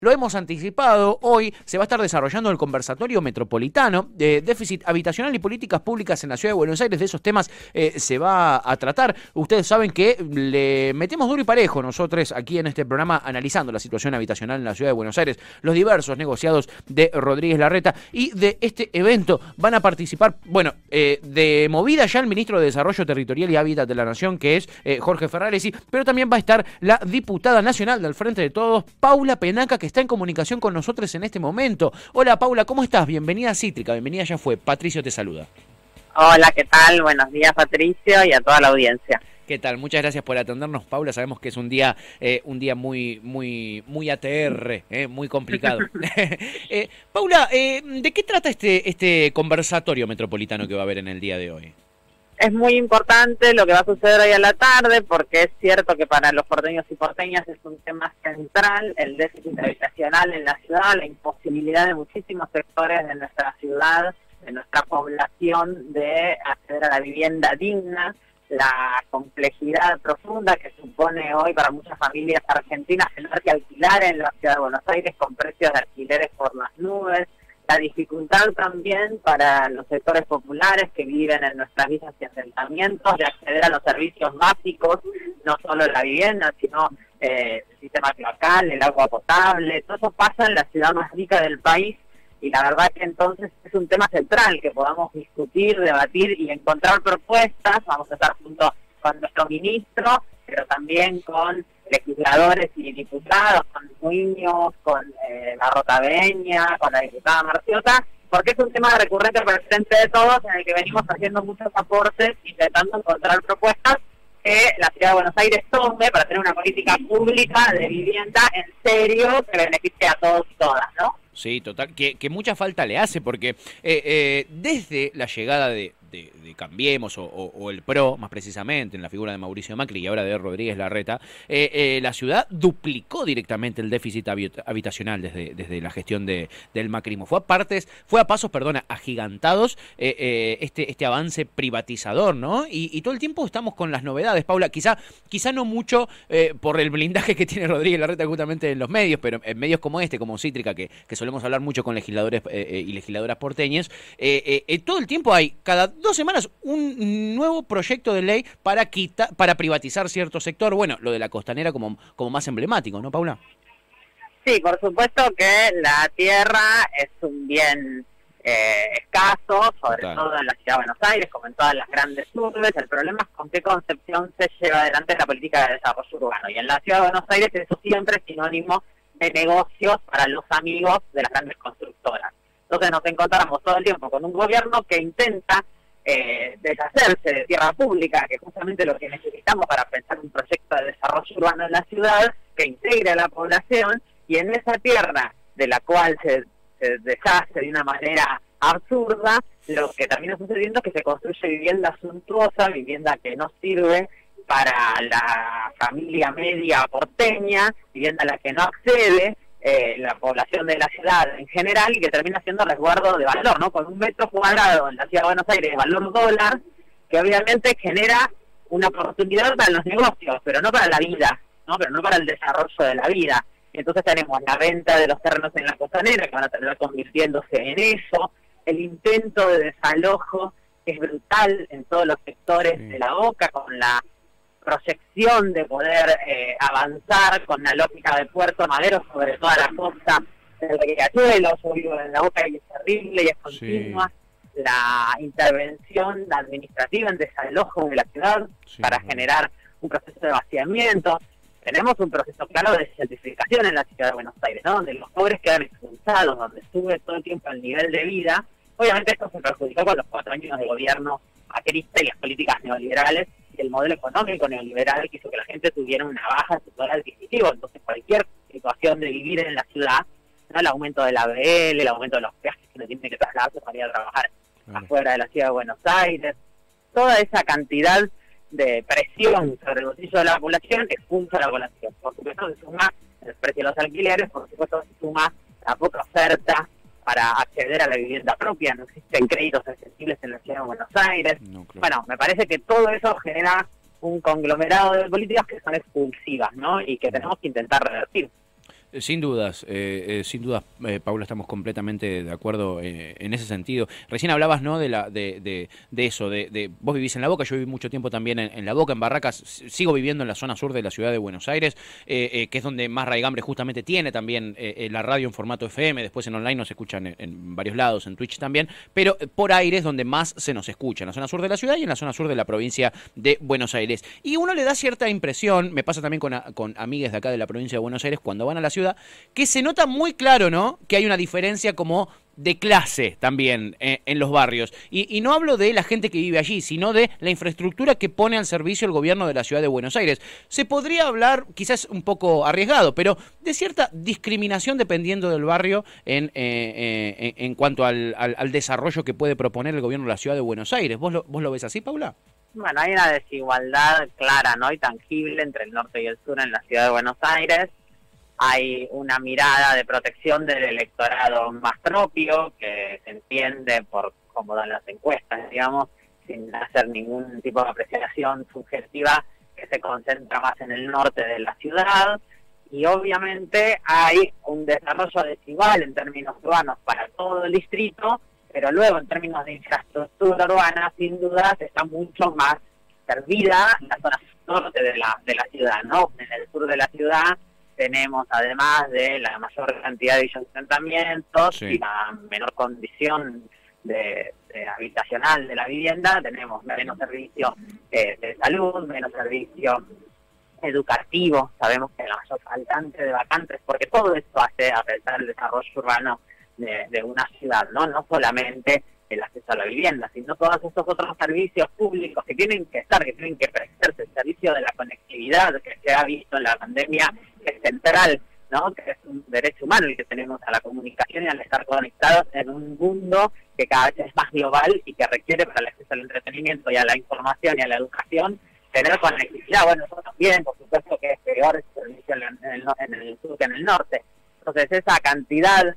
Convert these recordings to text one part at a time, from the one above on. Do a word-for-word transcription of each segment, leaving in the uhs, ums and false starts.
Lo hemos anticipado, hoy se va a estar desarrollando el conversatorio metropolitano de déficit habitacional y políticas públicas en la Ciudad de Buenos Aires. De esos temas eh, se va a tratar. Ustedes saben que le metemos duro y parejo nosotros aquí en este programa analizando la situación habitacional en la Ciudad de Buenos Aires, los diversos negociados de Rodríguez Larreta, y de este evento van a participar, bueno, eh, de movida ya el ministro de Desarrollo Territorial y Hábitat de la Nación, que es eh, Jorge Ferraresi, pero también va a estar la diputada nacional del Frente de Todos, Paula Penaca, que está en comunicación con nosotros en este momento. Hola Paula, ¿cómo estás? Bienvenida a Cítrica, bienvenida ya fue. Patricio te saluda. Hola, ¿qué tal? Buenos días, Patricio, y a toda la audiencia. ¿Qué tal? Muchas gracias por atendernos, Paula. Sabemos que es un día eh, un día muy muy muy A T R, eh, muy complicado. eh, Paula, eh, ¿de qué trata este este conversatorio metropolitano que va a haber en el día de hoy? Es muy importante lo que va a suceder hoy a la tarde, porque es cierto que para los porteños y porteñas es un tema central el déficit habitacional en la ciudad, la imposibilidad de muchísimos sectores de nuestra ciudad, de nuestra población, de acceder a la vivienda digna, la complejidad profunda que supone hoy para muchas familias argentinas tener que alquilar en la ciudad de Buenos Aires con precios de alquileres por las nubes, la dificultad también para los sectores populares que viven en nuestras villas y asentamientos de acceder a los servicios básicos, no solo la vivienda, sino eh, el sistema cloacal, el agua potable. Todo eso pasa en la ciudad más rica del país, y la verdad que entonces es un tema central que podamos discutir, debatir y encontrar propuestas. Vamos a estar junto con nuestro ministro, pero también con legisladores y diputados, con niños, con eh, la rotaveña, con la diputada Marciota, porque es un tema recurrente para el Frente de Todos, en el que venimos haciendo muchos aportes, intentando encontrar propuestas que la Ciudad de Buenos Aires tome para tener una política pública de vivienda en serio que beneficie a todos y todas, ¿no? Sí, total, que, que mucha falta le hace, porque eh, eh, desde la llegada de, de, de Cambiemos o, o, o el PRO, más precisamente, en la figura de Mauricio Macri y ahora de Rodríguez Larreta, eh, eh, la ciudad duplicó directamente el déficit habitacional desde, desde la gestión de, del macrismo. Fue a partes, fue a pasos, perdona, agigantados eh, eh, este, este avance privatizador, ¿no? Y, y todo el tiempo estamos con las novedades, Paula, quizá, quizá no mucho eh, por el blindaje que tiene Rodríguez Larreta justamente en los medios, pero en medios como este, como Cítrica, que, que solemos hablar mucho con legisladores eh, eh, y legisladoras porteñas, eh, eh, eh, todo el tiempo hay, cada dos semanas, un nuevo proyecto de ley para quitar, para privatizar cierto sector. Bueno, lo de la costanera como, como más emblemático, ¿no, Paula? Sí, por supuesto que la tierra es un bien eh, escaso, sobre Total. todo en la Ciudad de Buenos Aires, como en todas las grandes urbes. El problema es con qué concepción se lleva adelante la política de desarrollo urbano. Y en la Ciudad de Buenos Aires eso siempre es sinónimo de negocios para los amigos de las grandes constructoras. Entonces nos encontramos todo el tiempo con un gobierno que intenta eh, deshacerse de tierra pública, que es justamente lo que necesitamos para pensar un proyecto de desarrollo urbano en la ciudad, que integre a la población, y en esa tierra de la cual se, se deshace de una manera absurda, lo que termina sucediendo es que se construye vivienda suntuosa, vivienda que no sirve para la familia media porteña, vivienda a la que no accede eh, la población de la ciudad en general, y que termina siendo resguardo de valor, ¿no? Con un metro cuadrado en la Ciudad de Buenos Aires de valor dólar, que obviamente genera una oportunidad para los negocios, pero no para la vida, ¿no? Pero no para el desarrollo de la vida. Entonces tenemos la venta de los terrenos en la costanera, que van a terminar convirtiéndose en eso, el intento de desalojo, que es brutal en todos los sectores sí. de la Boca, con la proyección de poder eh, avanzar con la lógica de Puerto Madero sobre toda la costa del Riachuelo. Yo vivo en la Boca y es terrible y es continua sí. la intervención administrativa en desalojo de la ciudad sí, para sí. generar un proceso de vaciamiento. Tenemos un proceso claro de gentrificación en la Ciudad de Buenos Aires, ¿no? Donde los pobres quedan expulsados, donde sube todo el tiempo el nivel de vida. Obviamente esto se perjudicó con los cuatro años de gobierno macrista y las políticas neoliberales y el modelo económico neoliberal que hizo que la gente tuviera una baja en su poder adquisitivo. Entonces cualquier situación de vivir en la ciudad, ¿no? El aumento de la A B L, el aumento de los peajes que uno tiene que trasladarse para ir a trabajar claro. afuera de la Ciudad de Buenos Aires, toda esa cantidad de presión sobre el bolsillo de la población expulsa a la población. Por supuesto se suma el precio de los alquileres, por supuesto se suma la poca oferta para acceder a la vivienda propia, no existen créditos accesibles en la Ciudad de Buenos Aires. No, claro. Bueno, me parece que todo eso genera un conglomerado de políticas que son expulsivas, ¿no? Y que tenemos que intentar revertir. Sin dudas, eh, eh, sin dudas, eh, Paula, estamos completamente de acuerdo eh, en ese sentido. Recién hablabas, ¿no?, de la de, de, de eso, de, de vos vivís en La Boca, yo viví mucho tiempo también en, en La Boca, en Barracas, sigo viviendo en la zona sur de la ciudad de Buenos Aires, eh, eh, que es donde más raigambre justamente tiene también eh, la radio en formato F M, después en online nos escuchan en, en varios lados, en Twitch también, pero por aire es donde más se nos escucha, en la zona sur de la ciudad y en la zona sur de la provincia de Buenos Aires. Y uno le da cierta impresión, me pasa también con, con amigas de acá de la provincia de Buenos Aires, cuando van a la ciudad, que se nota muy claro, ¿no?, que hay una diferencia como de clase también eh, en los barrios. Y, y no hablo de la gente que vive allí, sino de la infraestructura que pone al servicio el gobierno de la ciudad de Buenos Aires. Se podría hablar, quizás un poco arriesgado, pero de cierta discriminación dependiendo del barrio en, eh, eh, en, en cuanto al, al, al desarrollo que puede proponer el gobierno de la ciudad de Buenos Aires. ¿Vos lo, vos lo ves así, Paula? Bueno, hay una desigualdad clara, ¿no?, y tangible entre el norte y el sur en la ciudad de Buenos Aires. Hay una mirada de protección del electorado más propio, que se entiende por cómo dan las encuestas, digamos, sin hacer ningún tipo de apreciación subjetiva, que se concentra más en el norte de la ciudad. Y obviamente hay un desarrollo desigual en términos urbanos para todo el distrito, pero luego en términos de infraestructura urbana, sin duda, está mucho más servida la zona norte de la, de la ciudad, ¿no? En el sur de la ciudad tenemos, además de la mayor cantidad de asentamientos sí. y la menor condición de, de habitacional de la vivienda, tenemos menos servicio eh, de salud, menos servicio educativo, sabemos que la mayor faltante de vacantes, porque todo esto hace afectar el desarrollo urbano de, de una ciudad, ¿no? No solamente el acceso a la vivienda, sino todos estos otros servicios públicos que tienen que estar, que tienen que prestarse, el servicio de la conectividad que se ha visto en la pandemia, que es central, ¿no?, que es un derecho humano el que tenemos a la comunicación y al estar conectados en un mundo que cada vez es más global y que requiere para el acceso al entretenimiento y a la información y a la educación tener conectividad. Bueno, eso también, por supuesto que es peor ese servicio en el, en el sur que en el norte. Entonces esa cantidad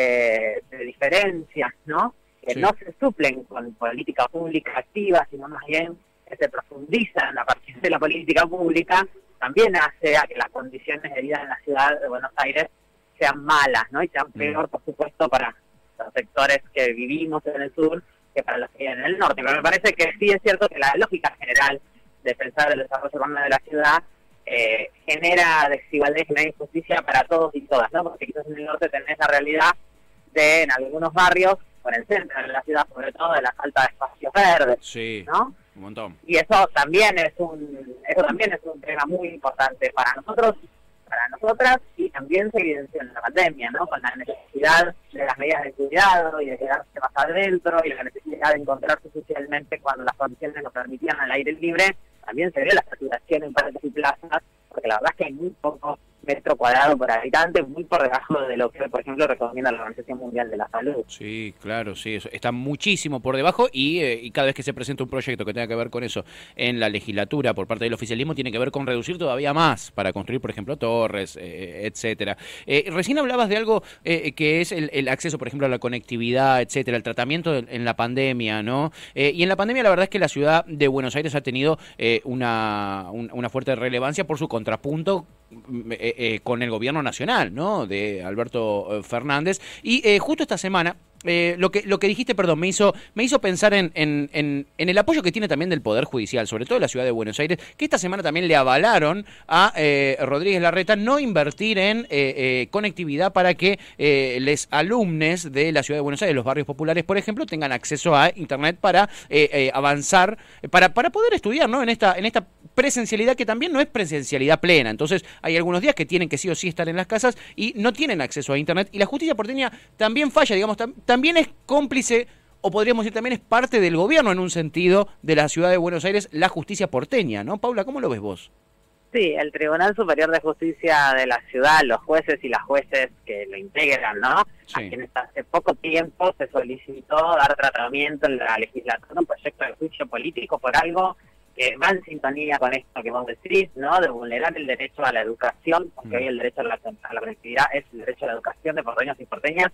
de, de diferencias, ¿no?, que sí. no se suplen con política pública activa, sino más bien que se profundizan a partir de la política pública, también hace a que las condiciones de vida en la ciudad de Buenos Aires sean malas, ¿no?, y sean peor, por supuesto, para los sectores que vivimos en el sur que para los que viven en el norte. Pero me parece que sí es cierto que la lógica general de pensar el desarrollo urbano de la ciudad eh, genera desigualdad y genera injusticia para todos y todas, ¿no?, porque quizás en el norte tenés la realidad de, en algunos barrios, o en el centro de la ciudad, sobre todo, de la falta de espacios verdes, sí, ¿no? Un montón. Y eso también es un eso también es un tema muy importante para nosotros, para nosotras, y también se evidenció en la pandemia, ¿no?, con la necesidad de las medidas de cuidado y de quedarse más adentro, y la necesidad de encontrarse socialmente cuando las condiciones lo permitían al aire libre. También se vio la saturación en parques y plazas, porque la verdad es que hay muy poco metro cuadrado por habitante, muy por debajo de lo que, por ejemplo, recomienda la Organización Mundial de la Salud. Sí, claro, sí, eso está muchísimo por debajo y, eh, y cada vez que se presenta un proyecto que tenga que ver con eso en la legislatura por parte del oficialismo, tiene que ver con reducir todavía más para construir, por ejemplo, torres, eh, etcétera. Eh, recién hablabas de algo eh, que es el, el acceso, por ejemplo, a la conectividad, etcétera, el tratamiento de, en la pandemia, ¿no? Eh, y en la pandemia la verdad es que la ciudad de Buenos Aires ha tenido eh, una, un, una fuerte relevancia por su contrapunto eh, eh, con el gobierno nacional, ¿no?, de Alberto Fernández. Y eh, justo esta semana, eh, lo que lo que dijiste, perdón, me hizo me hizo pensar en, en, en, en el apoyo que tiene también del Poder Judicial, sobre todo de la ciudad de Buenos Aires, que esta semana también le avalaron a eh, Rodríguez Larreta no invertir en eh, eh, conectividad para que eh, los alumnos de la ciudad de Buenos Aires, los barrios populares, por ejemplo, tengan acceso a internet para eh, eh, avanzar, para para poder estudiar, ¿no?, en esta en esta presencialidad que también no es presencialidad plena. Entonces hay algunos días que tienen que sí o sí estar en las casas y no tienen acceso a internet, y la justicia porteña también falla, digamos, tam también es cómplice, o podríamos decir también es parte del gobierno en un sentido de la ciudad de Buenos Aires, la justicia porteña, ¿no? Paula, ¿cómo lo ves vos? Sí, el Tribunal Superior de Justicia de la ciudad, los jueces y las jueces que lo integran, ¿no? Sí. A quienes hace poco tiempo se solicitó dar tratamiento en la legislatura, un proyecto de juicio político por algo que va en sintonía con esto que vos decís, ¿no?, de vulnerar el derecho a la educación, porque mm. hoy el derecho a la, a la conectividad es el derecho a la educación de porteños y porteñas en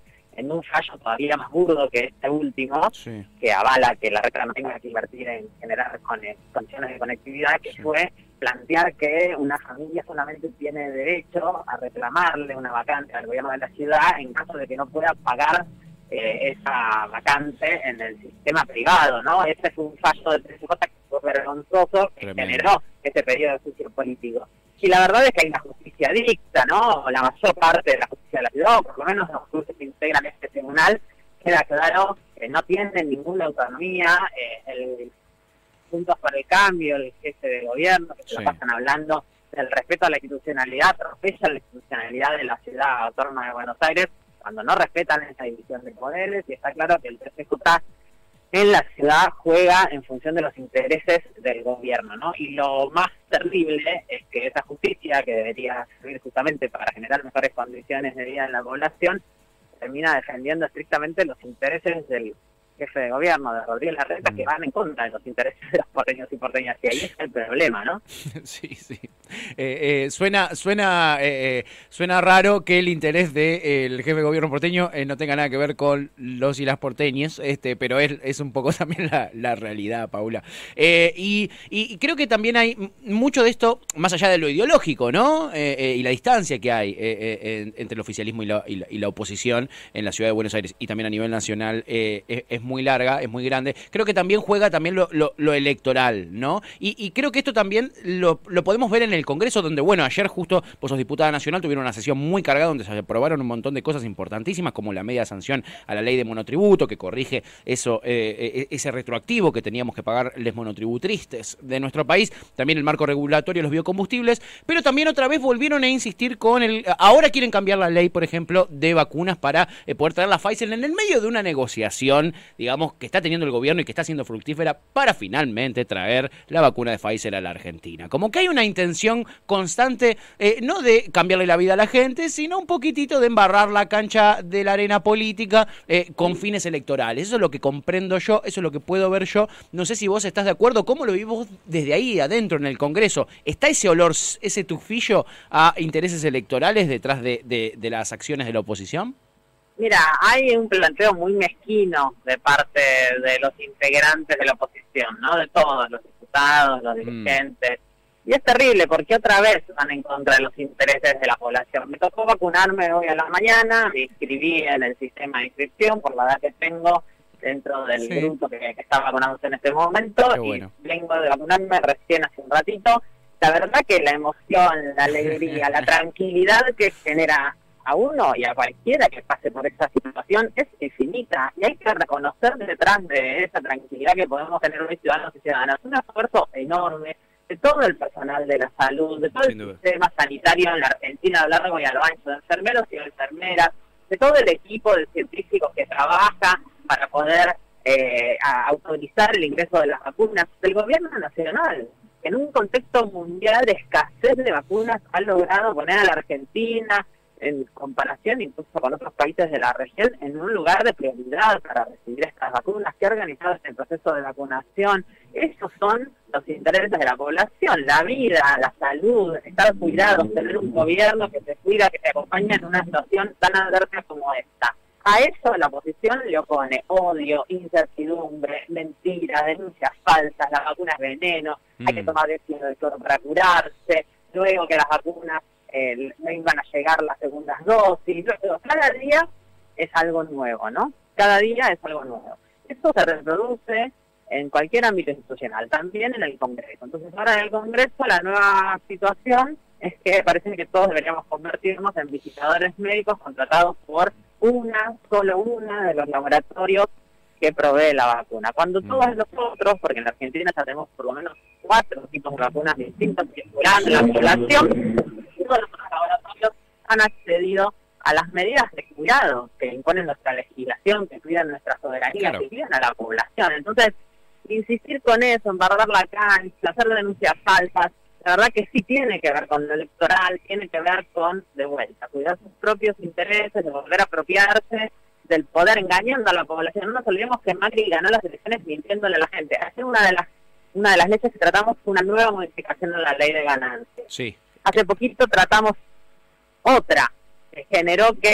en un fallo todavía más burdo que este último, sí. que avala que la Reta no tenga que invertir en generar condiciones de conectividad, que sí. fue plantear que una familia solamente tiene derecho a reclamarle una vacante al gobierno de la ciudad en caso de que no pueda pagar eh, esa vacante en el sistema privado, ¿no? Ese fue un fallo del T C J que fue vergonzoso, que Tremendo. generó ese periodo de juicio político. Y la verdad es que hay una justicia dicta, ¿no? La mayor parte de la justicia de la ciudad, o por lo menos los jueces que integran este tribunal, queda claro que no tienen ninguna autonomía. Eh, el Juntos por el Cambio, el jefe de gobierno, que se sí. lo pasan hablando del respeto a la institucionalidad, atropella la institucionalidad de la ciudad autónoma de Buenos Aires, cuando no respetan esa división de poderes, y está claro que el T C J en la ciudad juega en función de los intereses del gobierno, ¿no? Y lo más terrible es que esa justicia, que debería servir justamente para generar mejores condiciones de vida en la población, termina defendiendo estrictamente los intereses del jefe de gobierno, de Rodríguez Larreta, mm. que van en contra de los intereses de los porteños y porteñas, y ahí está el problema, ¿no? Sí, sí. Eh, eh, suena suena eh, suena raro que el interés del jefe de gobierno porteño eh, no tenga nada que ver con los y las porteñas, este, pero es, es un poco también la, la realidad, Paula. Eh, y, y creo que también hay mucho de esto, más allá de lo ideológico, ¿no? Eh, eh, y la distancia que hay eh, eh, entre el oficialismo y la, y, la, y la oposición en la ciudad de Buenos Aires y también a nivel nacional eh, es, es muy larga, es muy grande. Creo que también juega también lo, lo, lo electoral, ¿no? Y, y creo que esto también lo, lo podemos ver en el Congreso, donde, bueno, ayer justo vos sos diputada nacional, tuvieron una sesión muy cargada donde se aprobaron un montón de cosas importantísimas, como la media sanción a la ley de monotributo, que corrige eso, eh, ese retroactivo que teníamos que pagar les monotributristes de nuestro país, también el marco regulatorio de los biocombustibles, pero también otra vez volvieron a insistir con el... Ahora quieren cambiar la ley, por ejemplo, de vacunas para eh, poder traer la Pfizer en el medio de una negociación, digamos, que está teniendo el gobierno y que está siendo fructífera para finalmente traer la vacuna de Pfizer a la Argentina. Como que hay una intención constante, eh, no de cambiarle la vida a la gente, sino un poquitito de embarrar la cancha de la arena política eh, con fines electorales. Eso es lo que comprendo yo, eso es lo que puedo ver yo. No sé si vos estás de acuerdo, ¿cómo lo vivís desde ahí adentro en el Congreso? ¿Está ese olor, ese tufillo a intereses electorales detrás de, de, de las acciones de la oposición? Mira, hay un planteo muy mezquino de parte de los integrantes de la oposición, ¿no? De todos, los diputados, los dirigentes. Mm. Y es terrible porque otra vez van en contra de los intereses de la población. Me tocó vacunarme hoy a la mañana, me inscribí en el sistema de inscripción por la edad que tengo dentro del sí. grupo que, que está vacunándose en este momento. Bueno. Y vengo de vacunarme recién hace un ratito. La verdad que la emoción, la alegría, la tranquilidad que genera a uno y a cualquiera que pase por esa situación es infinita, y hay que reconocer detrás de esa tranquilidad que podemos tener los ciudadanos y ciudadanas un esfuerzo enorme de todo el personal de la salud, de todo Sin el duda. sistema sanitario en la Argentina a lo largo y a lo ancho, de enfermeros y enfermeras, de todo el equipo de científicos que trabaja para poder eh, autorizar el ingreso de las vacunas, del gobierno nacional, que en un contexto mundial de escasez de vacunas ha logrado poner a la Argentina, en comparación incluso con otros países de la región, en un lugar de prioridad para recibir estas vacunas, que ha organizado este proceso de vacunación. Esos son los intereses de la población, la vida, la salud, estar cuidados, tener un gobierno que te cuida, que te acompaña en una situación tan adversa como esta. A eso la oposición le opone odio, incertidumbre, mentiras, denuncias falsas, la vacuna es veneno, mm. hay que tomar dióxido de cloro para curarse, luego que las vacunas Eh, no iban a llegar las segundas dosis. Cada día es algo nuevo, ¿no? Cada día es algo nuevo. Esto se reproduce en cualquier ámbito institucional, también en el Congreso. Entonces ahora en el Congreso la nueva situación es que parece que todos deberíamos convertirnos en visitadores médicos contratados por una, solo una de los laboratorios que provee la vacuna. Cuando todos los otros, porque en la Argentina ya tenemos por lo menos cuatro tipos de vacunas distintas circulando en la población, todos los otros laboratorios han accedido a las medidas de cuidado que impone nuestra legislación, que cuidan nuestra soberanía, claro. que cuidan a la población. Entonces, insistir con eso, embarrar la cancha, hacer denuncias falsas, la verdad que sí tiene que ver con lo electoral, tiene que ver con, de vuelta, cuidar sus propios intereses, de volver a apropiarse del poder engañando a la población. No nos olvidemos que Macri ganó las elecciones mintiéndole a la gente. Hace una de las una de las leyes que tratamos fue una nueva modificación de la ley de ganancias. Sí. Hace poquito tratamos otra, que generó que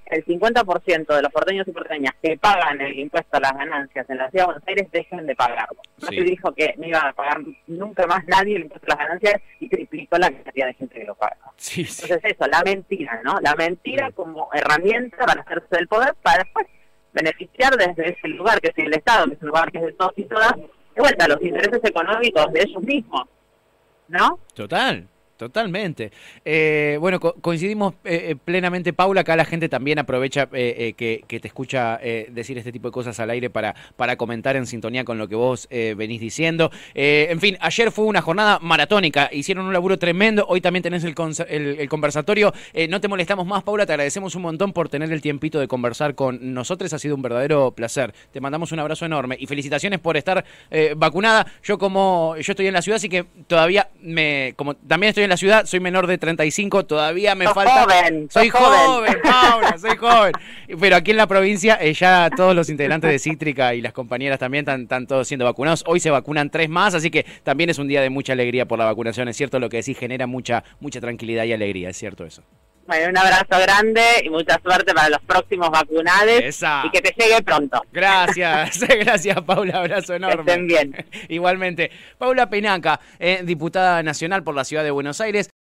que el cincuenta por ciento de los porteños y porteñas que pagan el impuesto a las ganancias en la Ciudad de Buenos Aires dejen de pagarlo. No Sí. se dijo que no iba a pagar nunca más nadie el impuesto a las ganancias y triplicó la cantidad de gente que lo paga. Sí, sí. Entonces eso, la mentira, ¿no? La mentira como herramienta para hacerse del poder para después beneficiar desde ese lugar que es el Estado, que es un lugar que es de todos y todas, de vuelta, los intereses económicos de ellos mismos, ¿no? Total. Totalmente. Eh, bueno, co coincidimos eh, plenamente, Paula. Acá la gente también aprovecha eh, eh, que, que te escucha eh, decir este tipo de cosas al aire para, para comentar en sintonía con lo que vos eh, venís diciendo. Eh, en fin, ayer fue una jornada maratónica, hicieron un laburo tremendo, hoy también tenés el, el, el conversatorio. Eh, no te molestamos más, Paula, te agradecemos un montón por tener el tiempito de conversar con nosotros, ha sido un verdadero placer. Te mandamos un abrazo enorme y felicitaciones por estar eh, vacunada. Yo como yo estoy en la ciudad, así que todavía me, como también estoy en la ciudad, soy menor de treinta y cinco, todavía me sos falta... joven, soy joven, joven, Paula, soy joven. Pero aquí en la provincia eh, ya todos los integrantes de Cítrica y las compañeras también están, están todos siendo vacunados. Hoy se vacunan tres más, así que también es un día de mucha alegría por la vacunación. Es cierto lo que decís, genera mucha, mucha tranquilidad y alegría, es cierto eso. Bueno, un abrazo grande y mucha suerte para los próximos vacunades. Esa. Y que te llegue pronto. Gracias, gracias Paula, abrazo enorme. Que estén bien. Igualmente. Paula Penaca, eh, diputada nacional por la Ciudad de Buenos Aires.